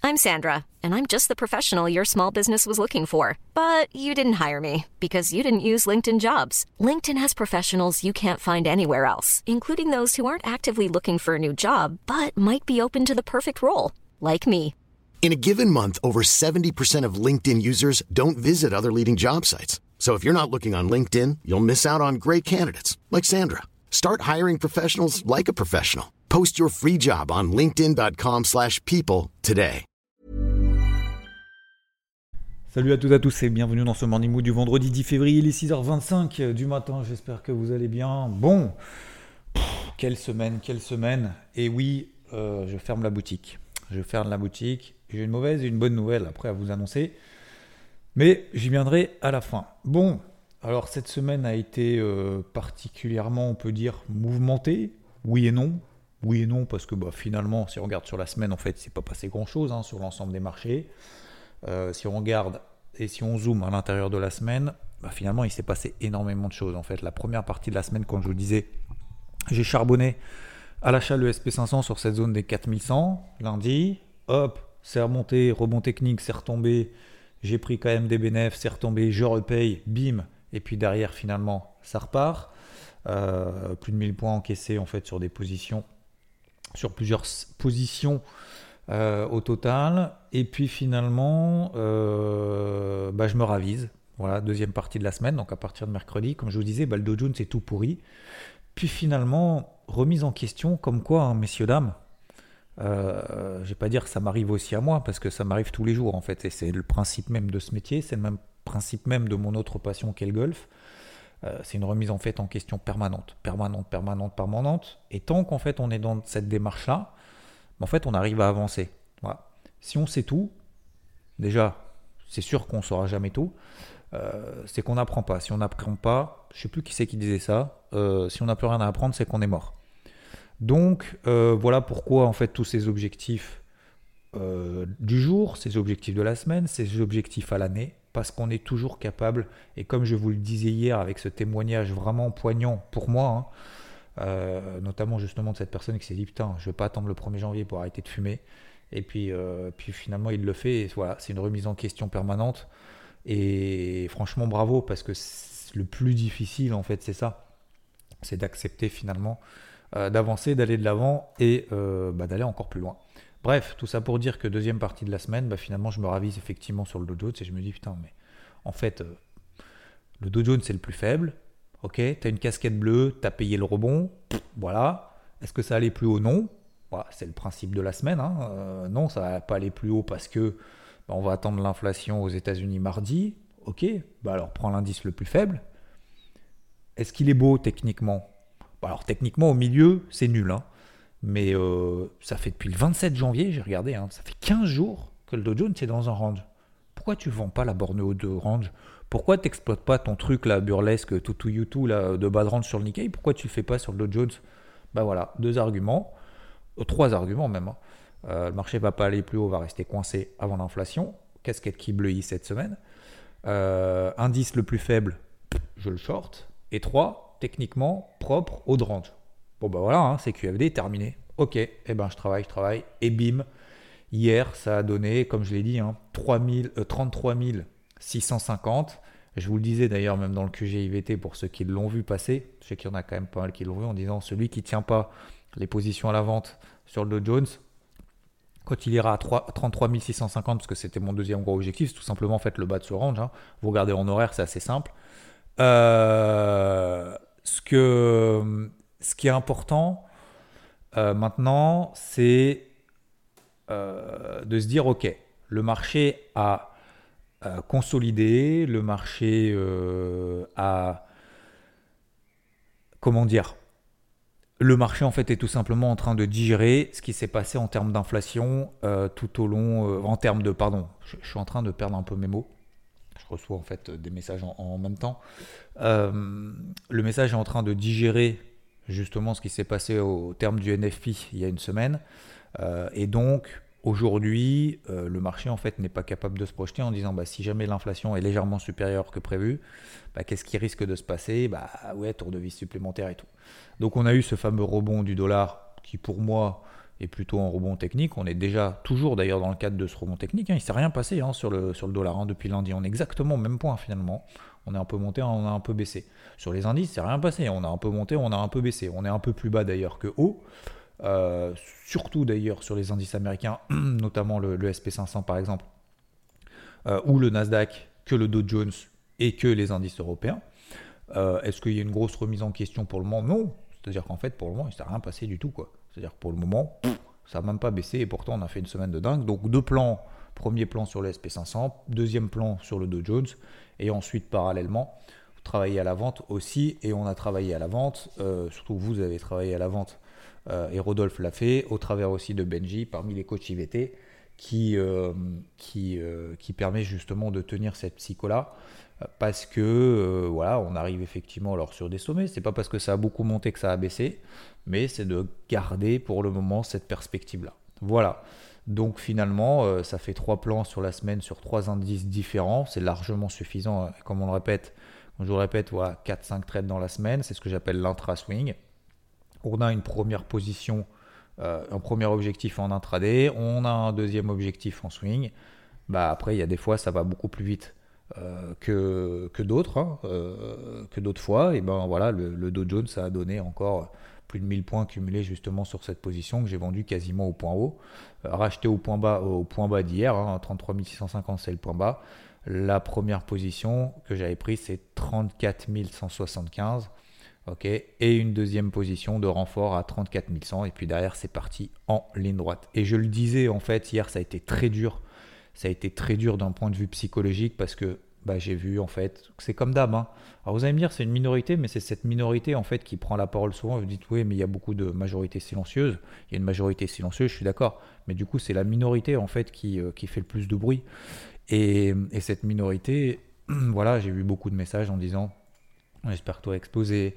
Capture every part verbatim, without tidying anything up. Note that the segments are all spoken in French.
I'm Sandra, and I'm just the professional your small business was looking for. But you didn't hire me because you didn't use LinkedIn Jobs. LinkedIn has professionals you can't find anywhere else, including those who aren't actively looking for a new job, but might be open to the perfect role, like me. In a given month, over seventy percent of LinkedIn users don't visit other leading job sites. So if you're not looking on LinkedIn, you'll miss out on great candidates like Sandra. Start hiring professionals like a professional. Post your free job on linkedin dot com slash people today. Salut à toutes et à tous et bienvenue dans ce Morning Mood du vendredi dix février, il est six heures vingt-cinq du matin, j'espère que vous allez bien. Bon, pff, quelle semaine, quelle semaine. Et oui, euh, je ferme la boutique. Je ferme la boutique. J'ai une mauvaise et une bonne nouvelle après à vous annoncer. Mais j'y viendrai à la fin. Bon, alors cette semaine a été euh, particulièrement, on peut dire, mouvementée. Oui et non. Oui et non, parce que bah, finalement, si on regarde sur la semaine, en fait, il ne s'est pas passé grand-chose hein, sur l'ensemble des marchés. Euh, si on regarde et si on zoome à l'intérieur de la semaine, bah, finalement, il s'est passé énormément de choses. En fait, la première partie de la semaine, comme je vous le disais, j'ai charbonné à l'achat le S and P cinq cents sur cette zone des quatre mille cent. Lundi, hop, c'est remonté, rebond technique, c'est retombé. J'ai pris quand même des bénéfices, c'est retombé, je repaye, bim. Et puis derrière, finalement, ça repart. Euh, plus de mille points encaissés en fait sur des positions, sur plusieurs positions euh, au total. Et puis finalement, euh, bah, je me ravise. Voilà, deuxième partie de la semaine. Donc à partir de mercredi, comme je vous disais, bah, le Dow Jones c'est tout pourri. Puis finalement, remise en question, comme quoi, hein, messieurs, dames, euh, je ne vais pas dire que ça m'arrive aussi à moi, parce que ça m'arrive tous les jours en fait. Et c'est le principe même de ce métier, c'est le même principe même de mon autre passion qu'est le golf. Euh, c'est une remise en fait en question permanente, permanente, permanente, permanente. Et tant qu'en fait on est dans cette démarche-là, en fait on arrive à avancer. Voilà. Si on sait tout, déjà, c'est sûr qu'on ne saura jamais tout. Euh, c'est qu'on n'apprend pas. Si on n'apprend pas, je ne sais plus qui c'est qui disait ça. Euh, si on n'a plus rien à apprendre, c'est qu'on est mort. Donc euh, voilà pourquoi en fait tous ces objectifs euh, du jour, ces objectifs de la semaine, ces objectifs à l'année. Parce qu'on est toujours capable, et comme je vous le disais hier avec ce témoignage vraiment poignant pour moi, hein, euh, notamment justement de cette personne qui s'est dit putain, je ne vais pas attendre le premier janvier pour arrêter de fumer, et puis, euh, puis finalement il le fait, et voilà, c'est une remise en question permanente, et franchement bravo, parce que le plus difficile en fait c'est ça, c'est d'accepter finalement, euh, d'avancer, d'aller de l'avant, et euh, bah, d'aller encore plus loin. Bref, tout ça pour dire que deuxième partie de la semaine, bah finalement je me ravise effectivement sur le Dow Jones et je me dis putain mais en fait euh, le Dow Jones c'est le plus faible, ok, t'as une casquette bleue, t'as payé le rebond, pff, voilà, est-ce que ça allait plus haut? Non, voilà, c'est le principe de la semaine, hein. euh, non ça va pas aller plus haut parce que bah, on va attendre l'inflation aux États-Unis mardi, ok, bah alors prends l'indice le plus faible, est-ce qu'il est beau techniquement? Bah, alors techniquement au milieu c'est nul, hein. Mais euh, ça fait depuis le vingt-sept janvier, j'ai regardé, hein, ça fait quinze jours que le Dow Jones est dans un range. Pourquoi tu ne vends pas la borne haute de range? Pourquoi tu n'exploites pas ton truc là, burlesque, toutou youtou là, de bas de range sur le Nikkei? Pourquoi tu ne le fais pas sur le Dow Jones? Ben voilà, deux arguments, euh, trois arguments même. Hein. Euh, le marché ne va pas aller plus haut, va rester coincé avant l'inflation. Casquette qui bleuit cette semaine. Euh, indice le plus faible, je le short. Et trois, techniquement propre au de range. Bon ben voilà, hein, c'est Q F D, terminé. Ok, et eh ben je travaille, je travaille, et bim, hier ça a donné, comme je l'ai dit, hein, trente-trois mille six cent cinquante. Je vous le disais d'ailleurs même dans le Q G I V T pour ceux qui l'ont vu passer, je sais qu'il y en a quand même pas mal qui l'ont vu en disant celui qui ne tient pas les positions à la vente sur le Dow Jones, quand il ira à trente-trois mille six cent cinquante, parce que c'était mon deuxième gros objectif, c'est tout simplement en fait le bas de ce range, hein. Vous regardez en horaire, c'est assez simple. Euh, ce que... Ce qui est important euh, maintenant, c'est euh, de se dire, ok, le marché a euh, consolidé, le marché euh, a, comment dire, le marché en fait est tout simplement en train de digérer ce qui s'est passé en termes d'inflation euh, tout au long, euh, en termes de, pardon, je, je suis en train de perdre un peu mes mots. Je reçois en fait des messages en, en même temps. Euh, le message est en train de digérer justement ce qui s'est passé au terme du N F P il y a une semaine. Euh, et donc, aujourd'hui, euh, le marché en fait n'est pas capable de se projeter en disant bah, si jamais l'inflation est légèrement supérieure que prévu, bah, qu'est-ce qui risque de se passer? Bah ouais, tour de vis supplémentaire et tout. Donc, on a eu ce fameux rebond du dollar qui, pour moi, est plutôt en rebond technique. On est déjà toujours d'ailleurs dans le cadre de ce rebond technique. Hein. Il ne s'est rien passé hein, sur, le, sur le dollar hein, depuis lundi. On est exactement au même point finalement. On est un peu monté, on a un peu baissé. Sur les indices, c'est rien passé. On a un peu monté, on a un peu baissé. On est un peu plus bas d'ailleurs que haut. Euh, surtout d'ailleurs sur les indices américains, notamment le, le S P cinq cents par exemple, euh, ou le Nasdaq, que le Dow Jones et que les indices européens. Euh, est-ce qu'il y a une grosse remise en question pour le moment? Non. C'est-à-dire qu'en fait, pour le moment, il ne s'est rien passé du tout, quoi. C'est-à-dire que pour le moment, pff, ça n'a même pas baissé et pourtant on a fait une semaine de dingue. Donc deux plans, premier plan sur le S P cinq cents, deuxième plan sur le Dow Jones et ensuite parallèlement, vous travaillez à la vente aussi et on a travaillé à la vente, euh, surtout vous avez travaillé à la vente euh, et Rodolphe l'a fait au travers aussi de Benji parmi les coachs I V T qui, euh, qui, euh, qui permet justement de tenir cette psycho-là. Parce que euh, voilà, on arrive effectivement alors sur des sommets. C'est pas parce que ça a beaucoup monté que ça a baissé, mais c'est de garder pour le moment cette perspective-là. Voilà. Donc finalement, euh, ça fait trois plans sur la semaine sur trois indices différents. C'est largement suffisant. Comme on le répète, comme je vous le répète, voilà, quatre cinq trades dans la semaine. C'est ce que j'appelle l'intra-swing. On a une première position, euh, un premier objectif en intraday. On a un deuxième objectif en swing. Bah après, il y a des fois, ça va beaucoup plus vite. Euh, que, que d'autres hein, euh, que d'autres fois et ben voilà le, le Dow Jones ça a donné encore plus de mille points cumulés justement sur cette position que j'ai vendu quasiment au point haut, euh, racheté au point bas au point bas d'hier hein, trente-trois mille six cent cinquante c'est le point bas. La première position que j'avais prise c'est trente-quatre mille cent soixante-quinze, ok, et une deuxième position de renfort à trente-quatre mille cent et puis derrière c'est parti en ligne droite. Et je le disais en fait hier, ça a été très dur. Ça a été très dur d'un point de vue psychologique parce que bah, j'ai vu en fait, c'est comme d'hab. Hein. Alors vous allez me dire c'est une minorité, mais c'est cette minorité en fait qui prend la parole souvent. Vous dites oui, mais il y a beaucoup de majorités silencieuses. Il y a une majorité silencieuse, je suis d'accord. Mais du coup, c'est la minorité en fait qui, euh, qui fait le plus de bruit. Et, et cette minorité, voilà, j'ai vu beaucoup de messages en disant j'espère que tu as explosé.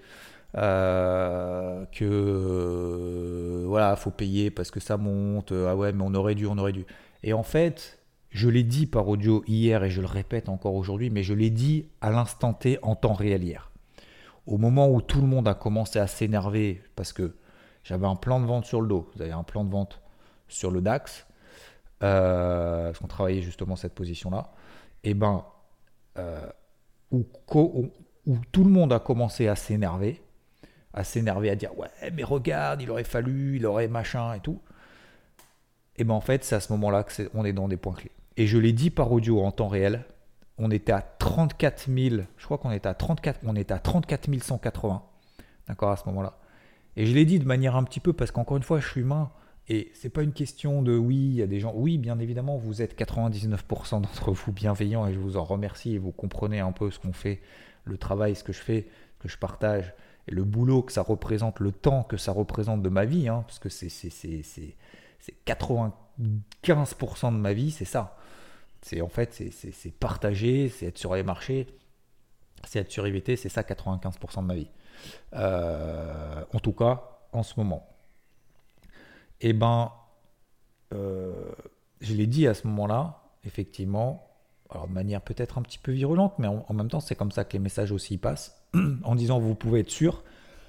Euh, que euh, voilà, faut payer parce que ça monte. Ah ouais, mais on aurait dû, on aurait dû. Et en fait, je l'ai dit par audio hier et je le répète encore aujourd'hui, mais je l'ai dit à l'instant T en temps réel hier. Au moment où tout le monde a commencé à s'énerver parce que j'avais un plan de vente sur le dos, vous avez un plan de vente sur le DAX, euh, parce qu'on travaillait justement cette position-là, et ben euh, où, où, où tout le monde a commencé à s'énerver, à s'énerver, à dire ouais mais regarde, il aurait fallu, il aurait machin et tout. Et ben en fait c'est à ce moment-là que c'est, on est dans des points clés. Et je l'ai dit par audio en temps réel, on était à trente-quatre mille, je crois qu'on était à trente-quatre, on était à trente-quatre mille cent quatre-vingts, d'accord, à ce moment-là. Et je l'ai dit de manière un petit peu, parce qu'encore une fois, je suis humain, et c'est pas une question de oui, il y a des gens, oui, bien évidemment, vous êtes quatre-vingt-dix-neuf pour cent d'entre vous bienveillants, et je vous en remercie, et vous comprenez un peu ce qu'on fait, le travail, ce que je fais, ce que je partage, et le boulot que ça représente, le temps que ça représente de ma vie, hein, parce que c'est, c'est, c'est, c'est, c'est quatre-vingt-quinze pour cent de ma vie, c'est ça. C'est en fait, c'est, c'est, c'est partager, c'est être sur les marchés, c'est être sur I V T, c'est ça quatre-vingt-quinze pour cent de ma vie. Euh, en tout cas, en ce moment. Et ben, euh, je l'ai dit à ce moment-là, effectivement, alors de manière peut-être un petit peu virulente, mais en, en même temps, c'est comme ça que les messages aussi passent, en disant vous pouvez être sûr.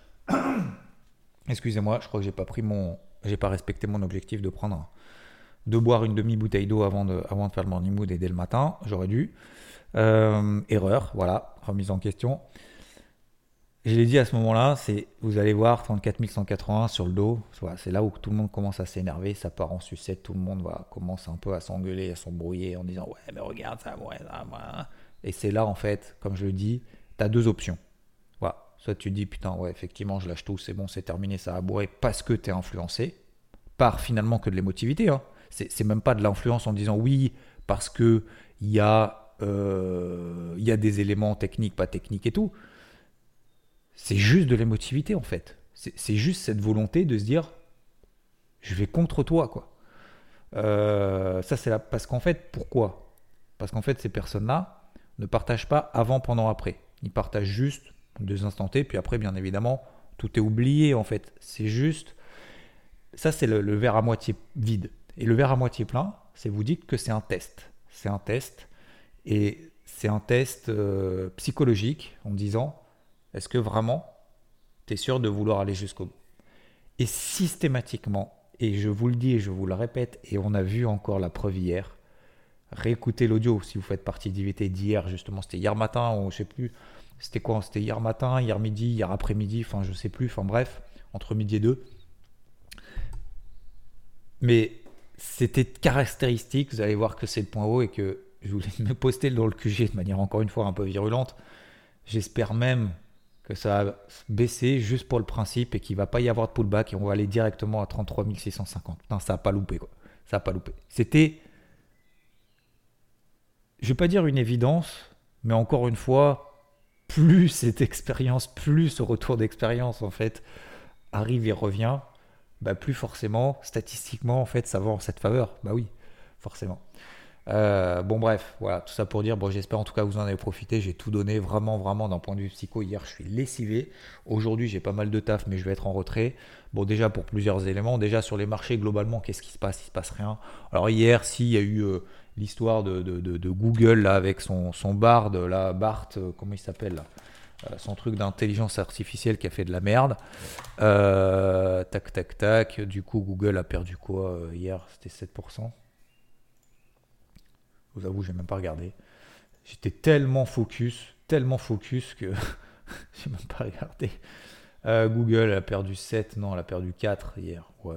Excusez-moi, je crois que j'ai pas pris mon, j'ai pas respecté mon objectif de prendre un, de boire une demi-bouteille d'eau avant de, avant de faire le morning mood et dès le matin, j'aurais dû. Euh, erreur, voilà, remise en question. Je l'ai dit à ce moment-là, c'est, vous allez voir trente-quatre mille cent quatre-vingts sur le dos, voilà, c'est là où tout le monde commence à s'énerver, ça part en sucette, tout le monde voilà, commence un peu à s'engueuler, à s'embrouiller en disant ouais mais regarde ça, ouais, ça, ouais. Et c'est là en fait, comme je le dis, tu as deux options. Voilà. Soit tu te dis putain ouais effectivement je lâche tout, c'est bon, c'est terminé, ça a bourré parce que tu es influencé, par finalement que de l'émotivité, hein. C'est, c'est même pas de l'influence en disant oui parce que il y a euh, il y a des éléments techniques, pas techniques et tout. C'est juste de l'émotivité en fait. C'est, c'est juste cette volonté de se dire je vais contre toi quoi. Euh, ça c'est là parce qu'en fait pourquoi ? Parce qu'en fait ces personnes-là ne partagent pas avant, pendant, après. Ils partagent juste deux instants T, puis après bien évidemment tout est oublié en fait. C'est juste ça c'est le, le verre à moitié vide. Et le verre à moitié plein, c'est vous dites que c'est un test. C'est un test. Et c'est un test euh, psychologique en disant, est-ce que vraiment, tu es sûr de vouloir aller jusqu'au bout ? Et systématiquement, et je vous le dis et je vous le répète, et on a vu encore la preuve hier. Réécoutez l'audio si vous faites partie d'I V T d'hier, justement, c'était hier matin, ou je sais plus, c'était quoi, c'était hier matin, hier midi, hier après-midi, enfin je sais plus, enfin bref, entre midi et deux. Mais c'était caractéristique, vous allez voir que c'est le point haut et que je voulais me poster dans le Q G de manière encore une fois un peu virulente. J'espère même que ça va baisser juste pour le principe et qu'il ne va pas y avoir de pullback et on va aller directement à trente-trois mille six cent cinquante. Putain, ça n'a pas loupé quoi. Ça n'a pas loupé. C'était, je ne vais pas dire une évidence, mais encore une fois, plus cette expérience, plus ce retour d'expérience en fait arrive et revient, bah plus forcément, statistiquement en fait, ça va en cette faveur. Bah oui, forcément. Euh, bon bref, voilà, tout ça pour dire, bon j'espère en tout cas que vous en avez profité, j'ai tout donné vraiment vraiment d'un point de vue psycho, hier je suis lessivé, aujourd'hui j'ai pas mal de taf mais je vais être en retrait, bon déjà pour plusieurs éléments, déjà sur les marchés globalement qu'est-ce qui se passe, il se passe rien, alors hier si il y a eu euh, l'histoire de, de, de, de Google là avec son, son Bard, là, Bart, euh, comment il s'appelle là, euh, son truc d'intelligence artificielle qui a fait de la merde, euh, tac tac tac, du coup Google a perdu quoi euh, hier, c'était sept pour cent. Je vous avoue, j'ai même pas regardé. J'étais tellement focus, tellement focus que j'ai même pas regardé. Euh, Google a perdu sept, non, elle a perdu quatre hier. Ouais.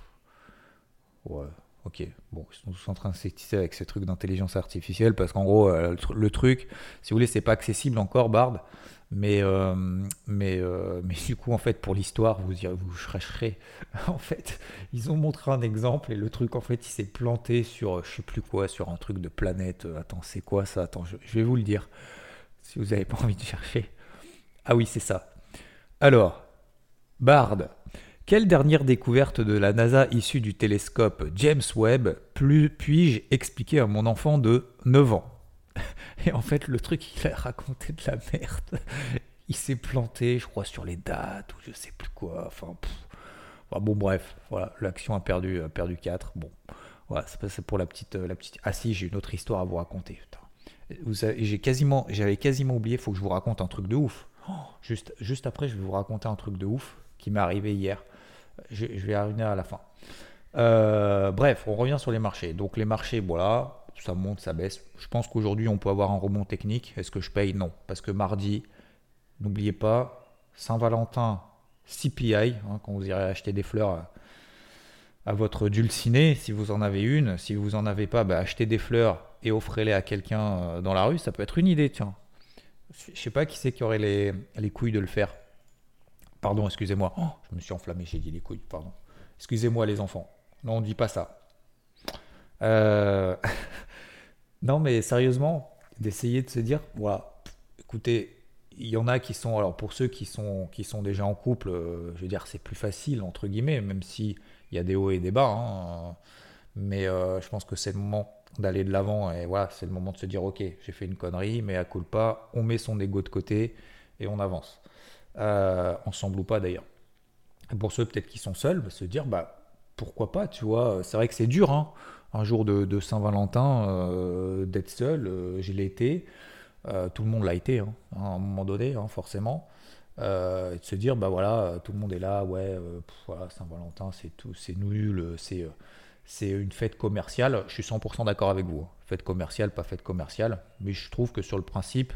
Ouais, ok. Bon, ils sont tous en train de s'exciter avec ces trucs d'intelligence artificielle parce qu'en gros, euh, le truc, si vous voulez, c'est pas accessible encore, Bard. Mais, euh, mais, euh, mais du coup, en fait, pour l'histoire, vous irez, vous chercherez. En fait, ils ont montré un exemple et le truc, en fait, il s'est planté sur, je sais plus quoi, sur un truc de planète. Attends, c'est quoi ça? Attends, je, je vais vous le dire. Si vous n'avez pas envie de chercher. Ah oui, c'est ça. Alors, Bard. Quelle dernière découverte de la NASA issue du télescope James Webb plus puis-je expliquer à mon enfant de neuf ans? Et en fait, le truc, il a raconté de la merde. Il s'est planté, je crois, sur les dates ou je sais plus quoi. Enfin, enfin bon, bref, voilà, l'action a perdu, a perdu quatre. Bon, voilà, c'est pour la petite, la petite. Ah si, j'ai une autre histoire à vous raconter. Putain. Vous savez, j'ai quasiment, j'avais quasiment oublié. Il faut que je vous raconte un truc de ouf. Oh, juste, juste après, je vais vous raconter un truc de ouf qui m'est arrivé hier. Je, je vais arriver à la fin. Euh, bref, on revient sur les marchés. Donc les marchés, voilà. Ça monte, ça baisse. Je pense qu'aujourd'hui, on peut avoir un rebond technique. Est-ce que je paye? Non. Parce que mardi, n'oubliez pas, Saint-Valentin, C P I, hein, quand vous irez acheter des fleurs à, à votre dulcinée, si vous en avez une. Si vous n'en avez pas, bah, achetez des fleurs et offrez-les à quelqu'un dans la rue. Ça peut être une idée, tiens. Je ne sais pas qui c'est qui aurait les, les couilles de le faire. Pardon, excusez-moi. Oh, je me suis enflammé, j'ai dit les couilles, pardon. Excusez-moi les enfants. Non, on ne dit pas ça. Euh... non mais sérieusement, d'essayer de se dire, voilà, écoutez, il y en a qui sont, alors pour ceux qui sont, qui sont déjà en couple, euh, je veux dire, c'est plus facile, entre guillemets, même si il y a des hauts et des bas, hein, mais euh, je pense que c'est le moment d'aller de l'avant, et voilà, c'est le moment de se dire, ok, j'ai fait une connerie, mais à culpa, on met son ego de côté, et on avance, euh, ensemble ou pas d'ailleurs. Et pour ceux peut-être qui sont seuls, bah, se dire, bah, pourquoi pas, tu vois, c'est vrai que c'est dur, hein, un jour de, de Saint-Valentin, euh, d'être seul, euh, je l'ai été, euh, tout le monde l'a été, hein, à un moment donné, hein, forcément, euh, et de se dire, bah voilà, tout le monde est là, ouais, euh, pff, voilà, Saint-Valentin, c'est tout, c'est nul, c'est, c'est une fête commerciale, je suis cent pour cent d'accord avec vous, fête commerciale, pas fête commerciale, mais je trouve que sur le principe,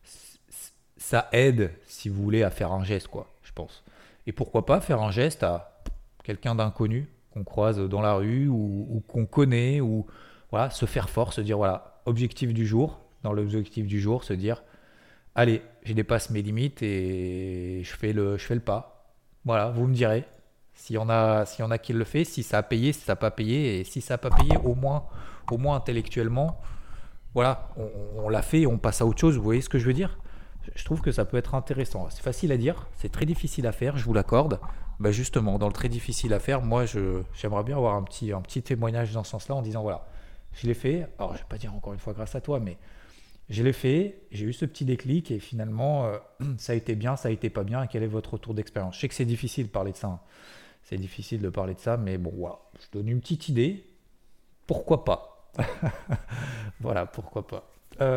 ça aide, si vous voulez, à faire un geste, quoi, je pense. Et pourquoi pas faire un geste à quelqu'un d'inconnu, qu'on croise dans la rue ou, ou qu'on connaît, ou voilà, se faire fort, se dire voilà, objectif du jour, dans l'objectif du jour, se dire allez, je dépasse mes limites et je fais le, je fais le pas. Voilà, vous me direz s'il y en a, s'il y en a qui le fait, si ça a payé, si ça n'a pas payé, et si ça n'a pas payé, au moins, au moins intellectuellement, voilà, on, on l'a fait, on passe à autre chose. Vous voyez ce que je veux dire? Je trouve que ça peut être intéressant. C'est facile à dire, c'est très difficile à faire, je vous l'accorde. Bah justement, dans le très difficile à faire, moi, je, j'aimerais bien avoir un petit, un petit témoignage dans ce sens-là en disant, voilà, je l'ai fait. Alors, je ne vais pas dire encore une fois grâce à toi, mais je l'ai fait, j'ai eu ce petit déclic et finalement, euh, ça a été bien, ça a été pas bien. Et quel est votre retour d'expérience? Je sais que c'est difficile de parler de ça. Hein. C'est difficile de parler de ça, mais bon, voilà, je donne une petite idée. Pourquoi pas? Voilà, pourquoi pas.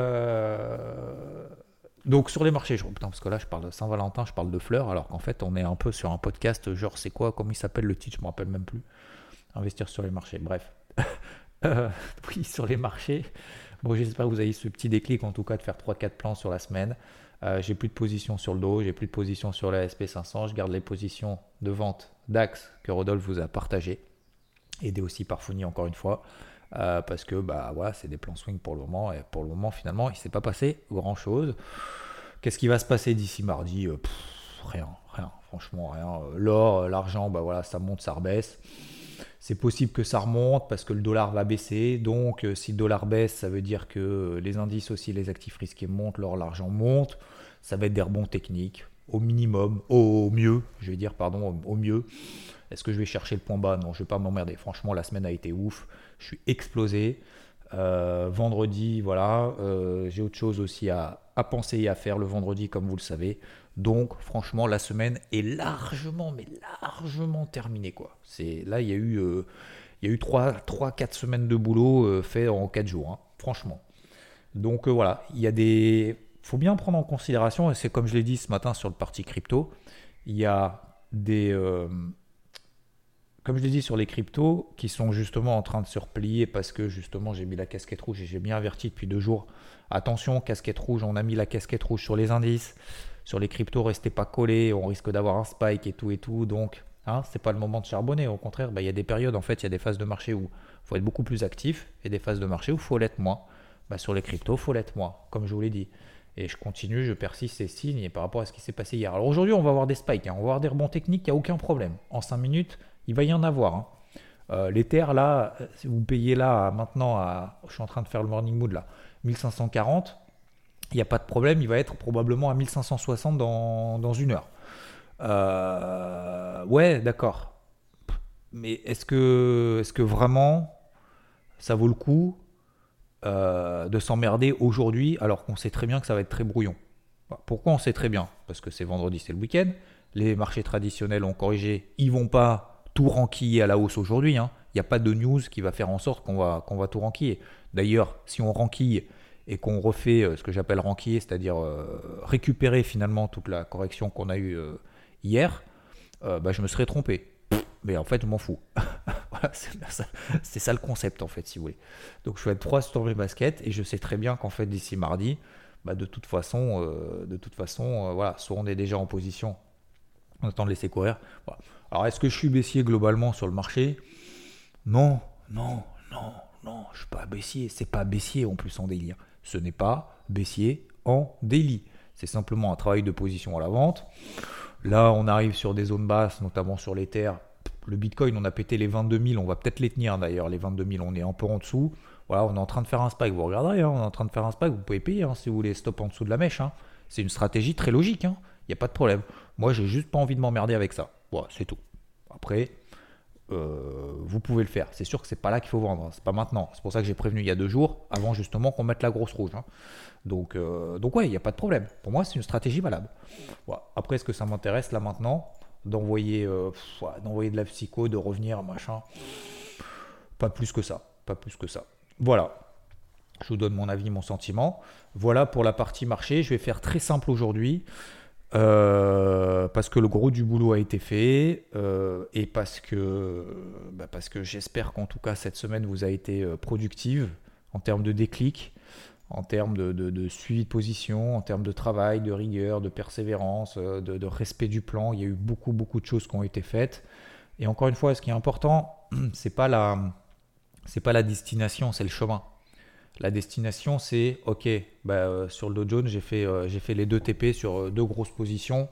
Euh... Donc sur les marchés, je... Putain, parce que là je parle de Saint-Valentin, je parle de fleurs, alors qu'en fait on est un peu sur un podcast, genre c'est quoi, comment il s'appelle le titre, je me rappelle même plus. investir sur les marchés, bref. euh, oui, sur les marchés. Bon, j'espère que vous avez ce petit déclic, en tout cas, de faire trois quatre plans sur la semaine. Euh, j'ai plus de position sur le Dow, j'ai plus de position sur la S and P cinq cents. Je garde les positions de vente DAX que Rodolphe vous a partagées. Aidé aussi par Fournier, encore une fois. Euh, parce que bah, voilà, c'est des plans swing pour le moment. Et pour le moment, finalement, il ne s'est pas passé grand-chose. Qu'est-ce qui va se passer d'ici mardi ? euh, pff, Rien, rien. Franchement, rien. L'or, l'argent, bah, voilà, ça monte, ça rebaisse. C'est possible que ça remonte parce que le dollar va baisser. Donc, euh, si le dollar baisse, ça veut dire que les indices aussi, les actifs risqués montent, l'or, l'argent monte. Ça va être des rebonds techniques, au minimum, au mieux, je vais dire, pardon, au, au mieux. Est-ce que je vais chercher le point bas ? Non, je ne vais pas m'emmerder. Franchement, la semaine a été ouf. Je suis explosé. Euh, vendredi, voilà, euh, j'ai autre chose aussi à, à penser et à faire le vendredi, comme vous le savez. Donc, franchement, la semaine est largement, mais largement terminée, quoi. C'est, là, il y a eu, euh, il y a eu trois quatre semaines de boulot euh, fait en quatre jours, hein, franchement. Donc, euh, voilà, il y a des... faut bien prendre en considération, et c'est comme je l'ai dit ce matin sur le parti crypto, il y a des... Euh, comme je l'ai dit sur les cryptos, qui sont justement en train de se replier parce que justement j'ai mis la casquette rouge et j'ai bien averti depuis deux jours. Attention, casquette rouge, on a mis la casquette rouge sur les indices. Sur les cryptos, restez pas collés, on risque d'avoir un spike et tout et tout. Donc, hein, c'est pas le moment de charbonner. Au contraire, bah, il y a des périodes, en fait, il y a des phases de marché où il faut être beaucoup plus actif et des phases de marché où il faut l'être moins. Bah, sur les cryptos, il faut l'être moins, comme je vous l'ai dit. Et je continue, je persiste ces signes et par rapport à ce qui s'est passé hier. Alors aujourd'hui, on va avoir des spikes, hein, on va avoir des rebonds techniques, il n'y a aucun problème. En cinq minutes, il va y en avoir. Hein. Euh, L'Ether, là, si vous payez là, maintenant, à, je suis en train de faire le morning mood là, mille cinq cent quarante, il n'y a pas de problème, il va être probablement à mille cinq cent soixante dans, dans une heure. Euh, ouais, d'accord. Mais est-ce que, est-ce que vraiment ça vaut le coup euh, de s'emmerder aujourd'hui alors qu'on sait très bien que ça va être très brouillon ? Pourquoi on sait très bien ? Parce que c'est vendredi, c'est le week-end. Les marchés traditionnels ont corrigé, ils ne vont pas tout ranquiller à la hausse aujourd'hui. Hein. Il n'y a pas de news qui va faire en sorte qu'on va, qu'on va tout ranquiller. D'ailleurs, si on ranquille et qu'on refait euh, ce que j'appelle ranquiller, c'est-à-dire euh, récupérer finalement toute la correction qu'on a eue euh, hier, euh, bah, je me serais trompé. Mais en fait, je m'en fous. Voilà, c'est, ça, c'est ça le concept en fait, si vous voulez. Donc je vais être trois sur mes baskets et je sais très bien qu'en fait, d'ici mardi, bah, de toute façon, euh, de toute façon euh, voilà, soit on est déjà en position, on attend de laisser courir. Voilà. Alors, est-ce que je suis baissier globalement sur le marché ? Non, non, non, non, je ne suis pas baissier. C'est pas baissier en plus en daily. Hein. Ce n'est pas baissier en daily. C'est simplement un travail de position à la vente. Là, on arrive sur des zones basses, notamment sur l'Ether. Le Bitcoin, on a pété les vingt-deux mille. On va peut-être les tenir d'ailleurs, les vingt-deux mille. On est un peu en dessous. Voilà, on est en train de faire un spike. Vous regarderez, hein, on est en train de faire un spike. Vous pouvez payer hein, si vous voulez stop en dessous de la mèche. Hein. C'est une stratégie très logique. Hein. Il n'y a pas de problème. Moi, j'ai juste pas envie de m'emmerder avec ça. Voilà, c'est tout. Après, euh, vous pouvez le faire. C'est sûr que c'est pas là qu'il faut vendre. Hein. C'est pas maintenant. C'est pour ça que j'ai prévenu il y a deux jours, avant justement qu'on mette la grosse rouge. Hein. Donc, euh, donc ouais, il n'y a pas de problème. Pour moi, c'est une stratégie valable. Voilà. Après, est-ce que ça m'intéresse là maintenant d'envoyer, euh, pff, ouais, d'envoyer de la psycho, de revenir, machin ? Pas plus que ça. Pas plus que ça. Voilà. Je vous donne mon avis, mon sentiment. Voilà pour la partie marché. Je vais faire très simple aujourd'hui. Euh, parce que le gros du boulot a été fait euh, et parce que, bah parce que j'espère qu'en tout cas cette semaine vous a été productive en termes de déclic, en termes de, de, de suivi de position, en termes de travail, de rigueur, de persévérance, de, de respect du plan. Il y a eu beaucoup beaucoup de choses qui ont été faites et encore une fois ce qui est important c'est pas la, c'est pas la destination, c'est le chemin. La destination, c'est ok, bah, euh, sur le Dow Jones, j'ai fait, euh, j'ai fait les deux T P sur euh, deux grosses positions.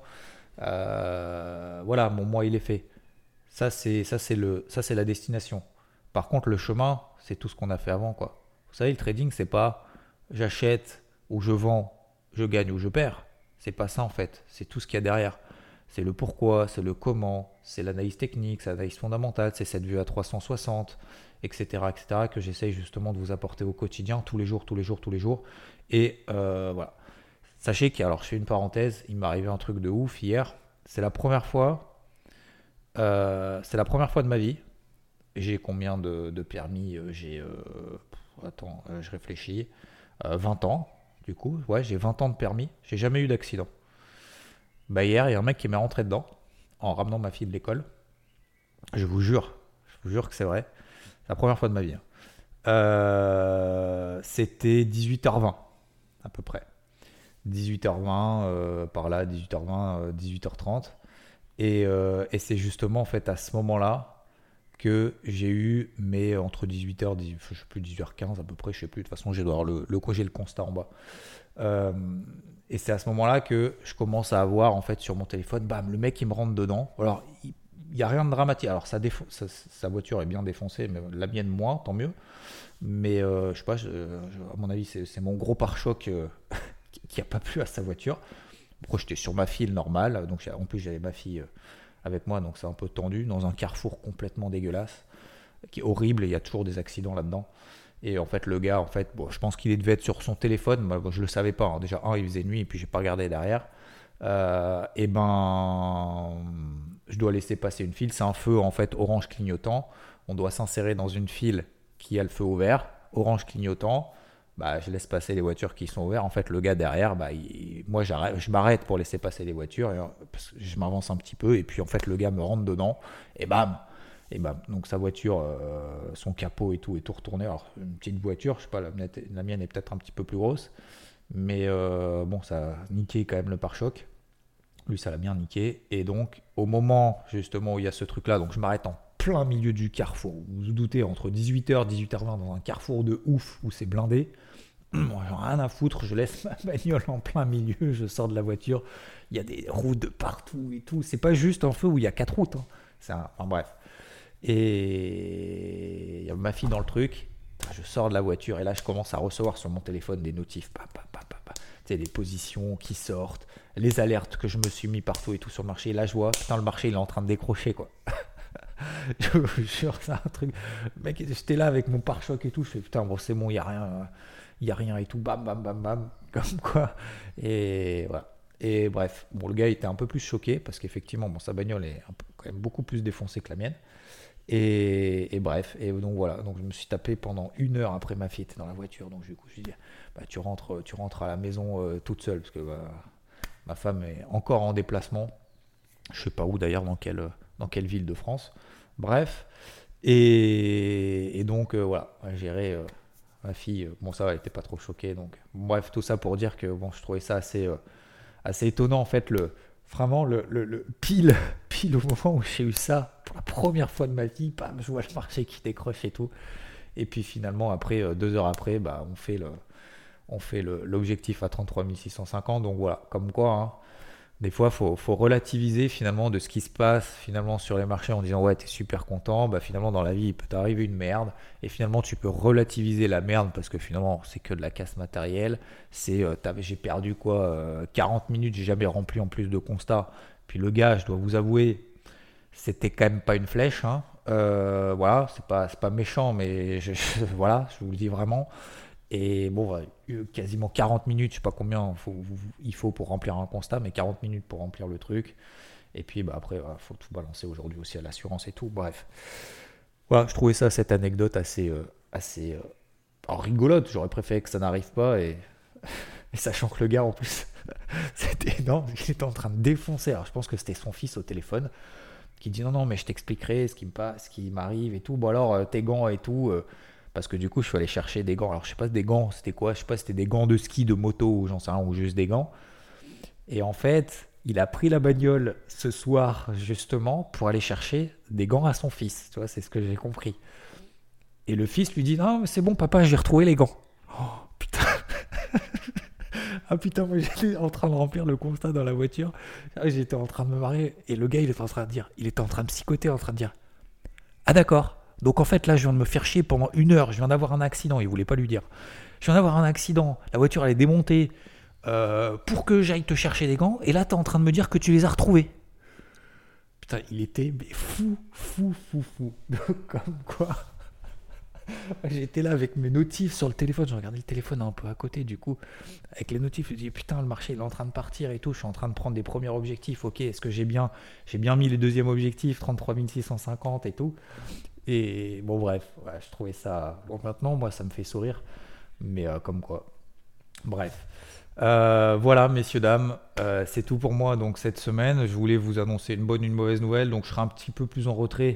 Euh, voilà, mon mois, il est fait. Ça c'est, ça, c'est le, ça, c'est la destination. Par contre, le chemin, c'est tout ce qu'on a fait avant, quoi. Vous savez, le trading, c'est pas j'achète ou je vends, je gagne ou je perds. C'est pas ça, en fait. C'est tout ce qu'il y a derrière. C'est le pourquoi, c'est le comment, c'est l'analyse technique, c'est l'analyse fondamentale, c'est cette vue à trois cent soixante, et cetera, et cetera, que j'essaye justement de vous apporter au quotidien, tous les jours, tous les jours, tous les jours. Et euh, voilà. Sachez que, alors je fais une parenthèse, il m'est arrivé un truc de ouf hier. C'est la première fois, euh, c'est la première fois de ma vie. J'ai combien de, de permis ? J'ai, euh, attends, euh, je réfléchis, euh, vingt ans, du coup. Ouais, j'ai vingt ans de permis, j'ai jamais eu d'accident. Bah hier, il y a un mec qui m'est rentré dedans en ramenant ma fille de l'école. Je vous jure, Je vous jure que c'est vrai. C'est la première fois de ma vie. Hein. Euh, c'était dix-huit heures vingt, à peu près. dix-huit heures vingt, euh, par là, dix-huit heures vingt, euh, dix-huit heures trente. Et, euh, et c'est justement en fait à ce moment-là que j'ai eu mes entre dix-huit heures, dix, je sais plus, dix-huit heures quinze à peu près, je sais plus. De toute façon, j'ai le, le, le, j'ai le constat en bas. Euh, et c'est à ce moment-là que je commence à avoir en fait sur mon téléphone, bam, le mec il me rentre dedans. Alors il n'y a rien de dramatique. Alors ça défo- ça, sa voiture est bien défoncée, mais la mienne moins, tant mieux. Mais euh, je sais pas, je, je, à mon avis c'est, c'est mon gros pare-choc euh, qui n'a pas plu à sa voiture. Après j'étais sur ma file normale, donc en plus j'avais ma fille avec moi, donc c'est un peu tendu, dans un carrefour complètement dégueulasse, qui est horrible, et il y a toujours des accidents là-dedans. Et en fait le gars, en fait, bon, je pense qu'il devait être sur son téléphone, moi bon, je le savais pas, hein. Déjà un, il faisait nuit, et puis j'ai pas regardé derrière. Euh, et ben je dois laisser passer une file, c'est un feu en fait orange clignotant, on doit s'insérer dans une file qui a le feu au vert, orange clignotant. Bah, je laisse passer les voitures qui sont ouvertes. En fait, le gars derrière, bah, il, moi, j'arrête, je m'arrête pour laisser passer les voitures. Et, parce que je m'avance un petit peu. Et puis, en fait, le gars me rentre dedans. Et bam, et bam. Donc, sa voiture, euh, son capot et tout est tout retourné. Alors, une petite voiture, je sais pas, la, la mienne est peut-être un petit peu plus grosse. Mais euh, bon, ça a niqué quand même le pare-choc. Lui, ça l'a bien niqué. Et donc, au moment, justement, où il y a ce truc-là, donc je m'arrête en plein milieu du carrefour. Vous vous doutez, entre dix-huit heures et dix-huit heures vingt, dans un carrefour de ouf où c'est blindé. Moi, j'en ai rien à foutre, je laisse ma bagnole en plein milieu, je sors de la voiture, il y a des routes de partout et tout. C'est pas juste un feu où il y a quatre routes. Hein. C'est un... Enfin bref. Et il y a ma fille dans le truc, je sors de la voiture et là je commence à recevoir sur mon téléphone des notifs. Pa, pa, pa, pa, pa. Tu sais, les positions qui sortent, les alertes que je me suis mis partout et tout sur le marché. Et là je vois, putain, le marché il est en train de décrocher quoi. Je vous jure, c'est un truc. Mec, j'étais là avec mon pare-choc et tout. Je fais putain, bon, c'est bon, il n'y a rien, il n'y a rien et tout. Bam, bam, bam, bam. Comme quoi. Et voilà. Et bref, bon, le gars était un peu plus choqué parce qu'effectivement, bon, sa bagnole est un peu, quand même beaucoup plus défoncée que la mienne. Et, et bref, et donc voilà. Donc je me suis tapé pendant une heure après ma fille était dans la voiture. Donc du coup, je lui ai dit, bah, tu rentres, tu rentres à la maison euh, toute seule parce que bah, ma femme est encore en déplacement. Je sais pas où d'ailleurs, dans quelle, dans quelle ville de France. Bref, et, et donc euh, voilà, j'ai géré euh, ma fille. Euh, bon, ça va, elle n'était pas trop choquée. Donc, bref, tout ça pour dire que bon, je trouvais ça assez, euh, assez étonnant en fait. Le, vraiment, le, le, le pile, pile au moment où j'ai eu ça pour la première fois de ma vie, bam, je vois le marché qui décroche et tout. Et puis finalement, après, euh, deux heures après, bah, on fait, le, on fait le, l'objectif à trente-trois mille six cent cinquante. Donc voilà, comme quoi. Hein, Des fois, il faut, faut relativiser finalement de ce qui se passe finalement sur les marchés en disant ouais, t'es super content. Bah, finalement, dans la vie, il peut t'arriver une merde. Et finalement, tu peux relativiser la merde parce que finalement, c'est que de la casse matérielle. C'est, euh, j'ai perdu quoi euh, quarante minutes, j'ai jamais rempli en plus de constats. Puis le gars, je dois vous avouer, c'était quand même pas une flèche. Hein. Euh, voilà, c'est pas, c'est pas méchant, mais je, je, voilà, je vous le dis vraiment. Et bon, quasiment quarante minutes, je sais pas combien faut, il faut pour remplir un constat, mais quarante minutes pour remplir le truc. Et puis bah, après, il faut tout balancer aujourd'hui aussi à l'assurance et tout. Bref, voilà, je trouvais ça, cette anecdote assez, euh, assez euh, alors, rigolote. J'aurais préféré que ça n'arrive pas. Et, et sachant que le gars, en plus, c'était énorme, il était en train de défoncer. Alors je pense que c'était son fils au téléphone qui dit non, non, mais je t'expliquerai ce qui me passe, ce qui m'arrive et tout. Bon, alors, euh, tes gants et tout. Euh, Parce que du coup, je suis allé chercher des gants. Alors, je sais pas des gants, c'était quoi. Je sais pas si c'était des gants de ski, de moto, ou j'en sais rien, ou juste des gants. Et en fait, il a pris la bagnole ce soir, justement, pour aller chercher des gants à son fils. Tu vois, c'est ce que j'ai compris. Et le fils lui dit, non, mais c'est bon, papa, j'ai retrouvé les gants. Oh, putain. Ah putain, moi, j'étais en train de remplir le constat dans la voiture. J'étais en train de me marrer. Et le gars, il était en train de dire, il était en train de psychoter, en train de dire, ah d'accord. Donc en fait là je viens de me faire chier pendant une heure, je viens d'avoir un accident, il voulait pas lui dire. Je viens d'avoir un accident, la voiture elle est démontée euh, pour que j'aille te chercher des gants et là t'es en train de me dire que tu les as retrouvés. Putain, il était mais fou, fou, fou, fou. Comme quoi. J'étais là avec mes notifs sur le téléphone, je regardais le téléphone un peu à côté du coup, avec les notifs, je me dis putain le marché il est en train de partir et tout, je suis en train de prendre des premiers objectifs, ok, est-ce que j'ai bien, j'ai bien mis les deuxièmes objectifs, trente-trois mille six cent cinquante et tout. Et bon bref, ouais, je trouvais ça... Bon maintenant, moi ça me fait sourire, mais euh, comme quoi. Bref. Euh, voilà messieurs, dames, euh, c'est tout pour moi donc cette semaine. Je voulais vous annoncer une bonne, une mauvaise nouvelle, donc je serai un petit peu plus en retrait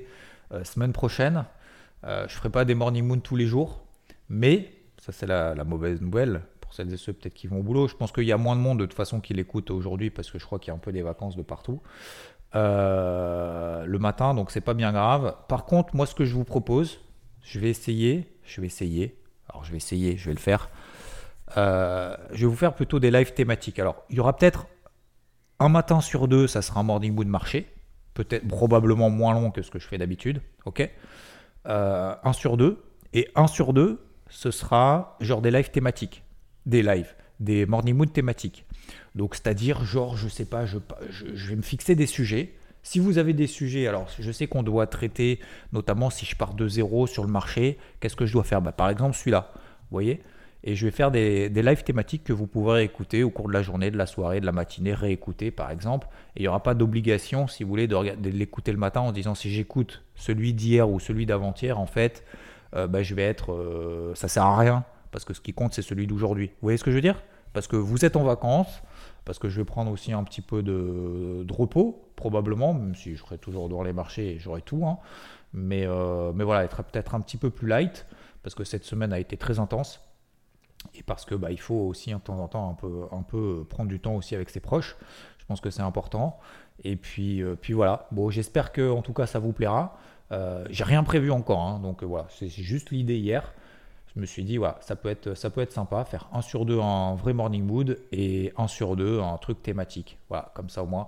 Euh, semaine prochaine, euh, je ne ferai pas des morning moon tous les jours, mais ça c'est la, la mauvaise nouvelle pour celles et ceux peut-être qui vont au boulot. Je pense qu'il y a moins de monde de toute façon qui l'écoute aujourd'hui parce que je crois qu'il y a un peu des vacances de partout. Euh, le matin, donc c'est pas bien grave. Par contre, moi ce que je vous propose, je vais essayer, je vais essayer, alors je vais essayer, je vais le faire. Euh, je vais vous faire plutôt des lives thématiques. Alors, il y aura peut-être un matin sur deux, ça sera un morning mood marché. Peut-être probablement moins long que ce que je fais d'habitude. Ok. Euh, un sur deux. Et un sur deux, ce sera genre des lives thématiques. Des lives, des morning mood thématiques. Donc, c'est-à-dire, genre, je sais pas, je, je, je vais me fixer des sujets. Si vous avez des sujets, alors je sais qu'on doit traiter, notamment si je pars de zéro sur le marché, qu'est-ce que je dois faire ? Bah, par exemple, celui-là. Vous voyez ? Et je vais faire des, des lives thématiques que vous pourrez écouter au cours de la journée, de la soirée, de la matinée, réécouter par exemple. Et il n'y aura pas d'obligation, si vous voulez, de, regarder, de l'écouter le matin en disant si j'écoute celui d'hier ou celui d'avant-hier, en fait, euh, bah, je vais être, euh, ça ne sert à rien. Parce que ce qui compte, c'est celui d'aujourd'hui. Vous voyez ce que je veux dire ? Parce que vous êtes en vacances, parce que je vais prendre aussi un petit peu de, de repos, probablement, même si je serai toujours dans les marchés et j'aurai tout. Hein. Mais, euh, mais voilà, être peut-être un petit peu plus light, parce que cette semaine a été très intense. Et parce que bah, il faut aussi de temps en temps un peu, un peu prendre du temps aussi avec ses proches. Je pense que c'est important. Et puis, euh, puis voilà. Bon, j'espère que en tout cas ça vous plaira. Euh, j'ai rien prévu encore, hein, donc euh, voilà, c'est juste l'idée hier. Je me suis dit voilà, ça peut être, ça peut être sympa, faire un sur deux un vrai morning mood et un sur deux un truc thématique. Voilà, comme ça au moins.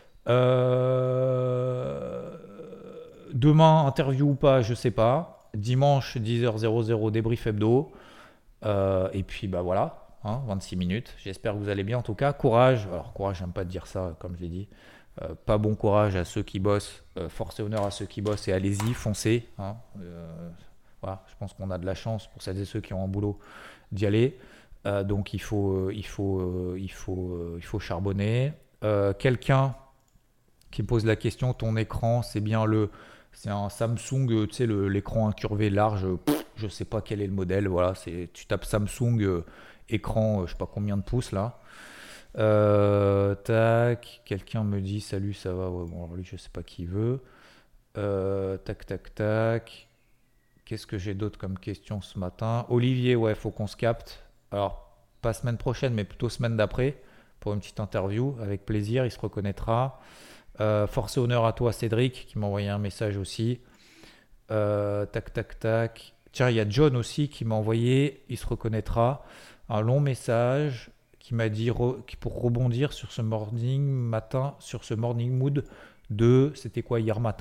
Euh... Demain, interview ou pas, je sais pas. Dimanche dix heures débrief hebdo. Euh, et puis bah voilà, hein, vingt-six minutes. J'espère que vous allez bien en tout cas. Courage. Alors courage, j'aime pas te dire ça, comme je l'ai dit. Euh, pas bon courage à ceux qui bossent. Euh, force et honneur à ceux qui bossent et allez-y, foncez. Hein. Euh, voilà, je pense qu'on a de la chance pour celles et ceux qui ont un boulot d'y aller. Euh, donc il faut, euh, il faut, euh, il faut, euh, il faut charbonner. Euh, quelqu'un qui me pose la question, ton écran, c'est bien le, c'est un Samsung, tu sais, le, l'écran incurvé large. Pff, je sais pas quel est le modèle. Voilà, c'est, tu tapes Samsung euh, écran, euh, je sais pas combien de pouces là. Euh, tac, quelqu'un me dit salut, ça va. Ouais, bon, alors lui, je sais pas qui veut. Euh, tac, tac, tac. Qu'est-ce que j'ai d'autre comme question ce matin ? Olivier, ouais, faut qu'on se capte. Alors, pas semaine prochaine, mais plutôt semaine d'après pour une petite interview. Avec plaisir, il se reconnaîtra. Euh, force et honneur à toi, Cédric, qui m'a envoyé un message aussi. Euh, tac, tac, tac. Tiens, il y a John aussi qui m'a envoyé, il se reconnaîtra, un long message qui m'a dit re, qui pour rebondir sur ce morning matin, sur ce morning mood de, c'était quoi hier matin ?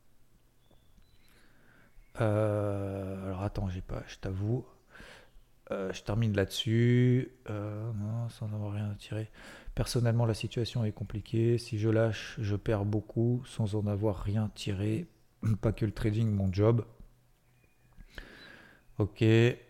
Euh, alors attends, j'ai pas, je t'avoue. Euh, je termine là-dessus. Euh, non, sans avoir rien à tirer. Personnellement, la situation est compliquée. Si je lâche, je perds beaucoup sans en avoir rien tiré. Pas que le trading, mon job. Ok.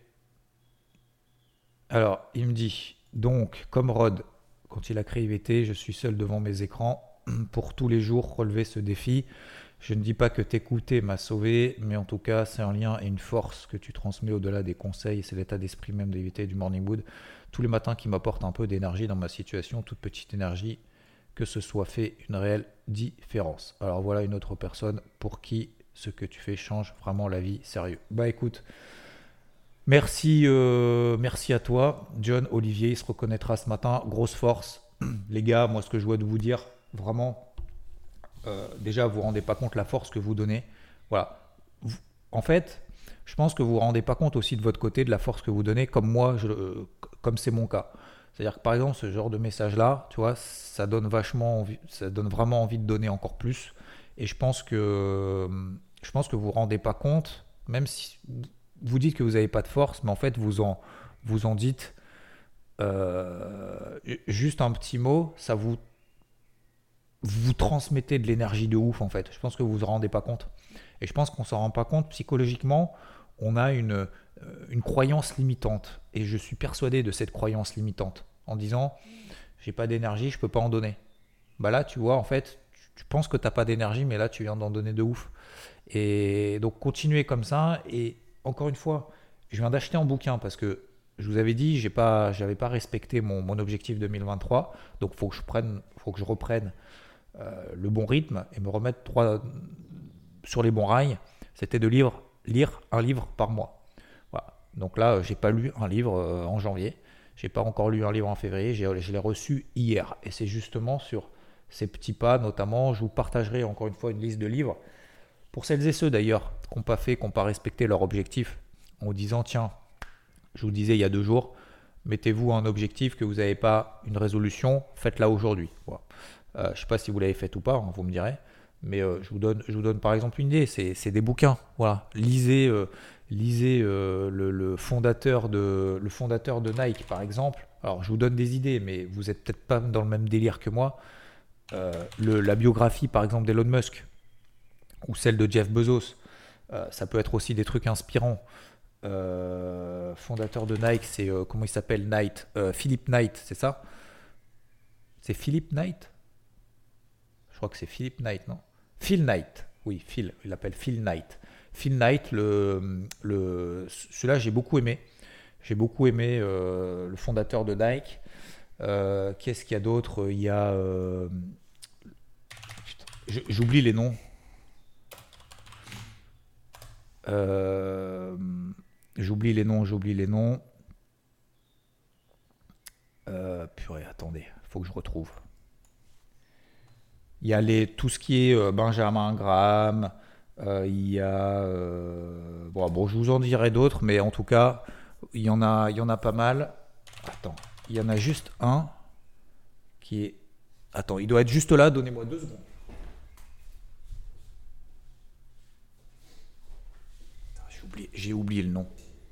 Alors, il me dit, donc, comme Rod, quand il a créé I V T, je suis seul devant mes écrans pour tous les jours relever ce défi. Je ne dis pas que t'écouter m'a sauvé, mais en tout cas, c'est un lien et une force que tu transmets au-delà des conseils. C'est l'état d'esprit même d'I V T du Morning Wood tous les matins qui m'apporte un peu d'énergie dans ma situation, toute petite énergie, que ce soit fait une réelle différence. Alors voilà une autre personne pour qui ce que tu fais change vraiment la vie, sérieux. Bah écoute, merci, euh, merci à toi, John, Olivier, il se reconnaîtra ce matin, grosse force. Les gars, moi ce que je dois de vous dire, vraiment, euh, déjà vous ne vous rendez pas compte la force que vous donnez. Voilà. Vous, en fait, je pense que vous ne vous rendez pas compte aussi de votre côté de la force que vous donnez, comme moi, je, euh, comme c'est mon cas. C'est-à-dire que par exemple, ce genre de message-là, tu vois, ça donne vachement envie, ça donne vraiment envie de donner encore plus. Et je pense que, je pense que vous ne vous rendez pas compte, même si vous dites que vous n'avez pas de force, mais en fait, vous en, vous en dites euh, juste un petit mot, ça vous, vous transmettez de l'énergie de ouf, en fait. Je pense que vous ne vous en rendez pas compte. Et je pense qu'on ne s'en rend pas compte psychologiquement. On a une, une croyance limitante. Et je suis persuadé de cette croyance limitante. En disant, j'ai pas d'énergie, je peux pas en donner. Bah là, tu vois, en fait, tu, tu penses que tu n'as pas d'énergie, mais là, tu viens d'en donner de ouf. Et donc, continuez comme ça. Et encore une fois, je viens d'acheter un bouquin parce que je vous avais dit, j'ai pas, j'avais pas respecté mon, mon objectif deux mille vingt-trois. Donc, il faut que je prenne, faut que je reprenne euh, le bon rythme et me remettre trois... sur les bons rails, c'était de lire, lire un livre par mois. Voilà. Donc là, j'ai pas lu un livre euh, en janvier. J'ai pas encore lu un livre en février. J'ai, je l'ai reçu hier. Et c'est justement sur ces petits pas, notamment, je vous partagerai encore une fois une liste de livres. Pour celles et ceux d'ailleurs qui n'ont pas fait, qui n'ont pas respecté leur objectif, en vous disant, tiens, je vous disais il y a deux jours, mettez-vous un objectif que vous n'avez pas, une résolution, faites-la aujourd'hui. Voilà. Euh, je ne sais pas si vous l'avez faite ou pas, hein, vous me direz. Mais euh, je, vous donne, je vous donne par exemple une idée, c'est, c'est des bouquins. Voilà. Lisez, euh, lisez euh, le, le, fondateur de, le fondateur de Nike par exemple. Alors je vous donne des idées, mais vous n'êtes peut-être pas dans le même délire que moi. Euh, le, la biographie par exemple d'Elon Musk ou celle de Jeff Bezos, euh, ça peut être aussi des trucs inspirants. Euh, fondateur de Nike, c'est euh, comment il s'appelle Knight, euh, Philip Knight, c'est ça? C'est Philip Knight? Je crois que c'est Philip Knight, non? Phil Knight, oui, Phil, il l'appelle Phil Knight. Phil Knight, le, le, celui-là j'ai beaucoup aimé. J'ai beaucoup aimé euh, le fondateur de Nike. Euh, qu'est-ce qu'il y a d'autre? Il y a, euh, putain, j'oublie les noms. Euh, j'oublie les noms, j'oublie les noms. Euh, purée, attendez, faut que je retrouve. Il y a les, tout ce qui est euh, Benjamin Graham, euh, il y a... Euh, bon, bon, je vous en dirai d'autres, mais en tout cas, il y en a, il y en a pas mal. Attends, il y en a juste un qui est... Attends, il doit être juste là, donnez-moi deux secondes. J'ai oublié, j'ai oublié le nom.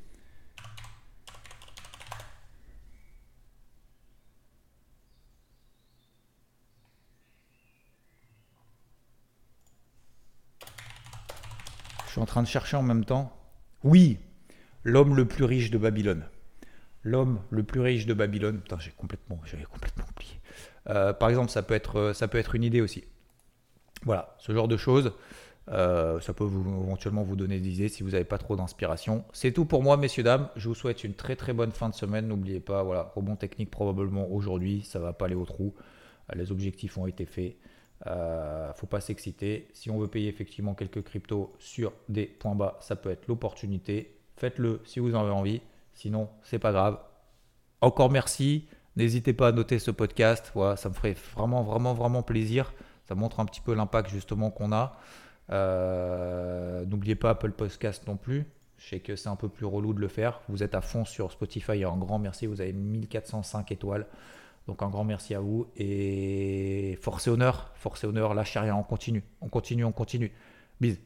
Je suis en train de chercher en même temps. Oui, l'homme le plus riche de Babylone. L'homme le plus riche de Babylone. Putain, j'ai complètement, j'avais complètement oublié. Euh, par exemple, ça peut être, ça peut être une idée aussi. Voilà, ce genre de choses. Euh, ça peut vous, éventuellement vous donner des idées si vous n'avez pas trop d'inspiration. C'est tout pour moi, messieurs, dames. Je vous souhaite une très très bonne fin de semaine. N'oubliez pas, voilà, rebond technique probablement aujourd'hui. Ça ne va pas aller au trou. Les objectifs ont été faits. Euh, faut pas s'exciter. Si on veut payer effectivement quelques cryptos sur des points bas, ça peut être l'opportunité. Faites-le si vous en avez envie. Sinon, c'est pas grave. Encore merci. N'hésitez pas à noter ce podcast. Voilà, ça me ferait vraiment, vraiment, vraiment plaisir. Ça montre un petit peu l'impact justement qu'on a. Euh, n'oubliez pas Apple Podcast non plus. Je sais que c'est un peu plus relou de le faire. Vous êtes à fond sur Spotify. Un grand merci. Vous avez mille quatre cent cinq étoiles. Donc un grand merci à vous. Et force et honneur. Force et honneur. Lâchez rien. On continue. On continue. On continue. Bisous.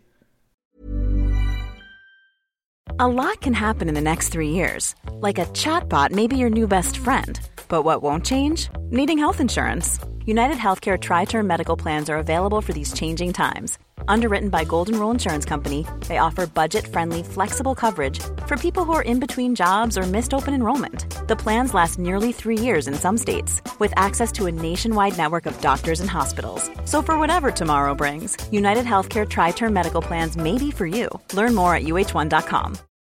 A lot can happen in the next three years. Like a chatbot may be your new best friend. But what won't change? Needing health insurance. United Healthcare Tri-Term Medical Plans are available for these changing times. Underwritten by Golden Rule Insurance Company, they offer budget-friendly, flexible coverage for people who are in between jobs or missed open enrollment. The plans last nearly three years in some states, with access to a nationwide network of doctors and hospitals. So for whatever tomorrow brings, United Healthcare Tri-Term Medical Plans may be for you. Learn more at U H one dot com.